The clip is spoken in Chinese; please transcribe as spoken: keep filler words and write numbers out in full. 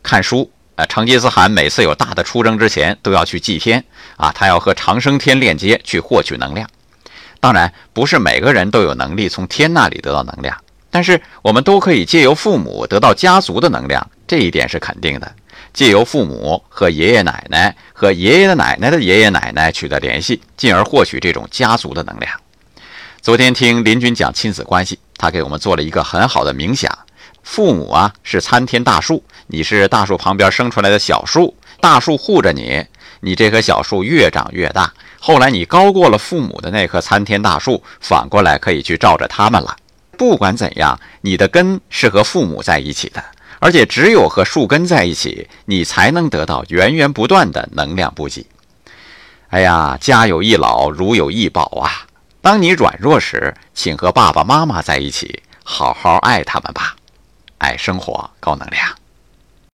看书。呃，成吉思汗每次有大的出征之前都要去祭天啊，他要和长生天链接去获取能量。当然，不是每个人都有能力从天那里得到能量，但是我们都可以借由父母得到家族的能量，这一点是肯定的。借由父母和爷爷奶奶和爷爷的奶奶的爷爷奶奶取得联系，进而获取这种家族的能量。昨天听林军讲亲子关系，他给我们做了一个很好的冥想。父母啊是参天大树，你是大树旁边生出来的小树，大树护着你，你这棵小树越长越大，后来你高过了父母的那棵参天大树，反过来可以去照着他们了。不管怎样，你的根是和父母在一起的，而且只有和树根在一起，你才能得到源源不断的能量补给。哎呀，家有一老，如有一宝啊！当你软弱时，请和爸爸妈妈在一起，好好爱他们吧。爱生活，高能量。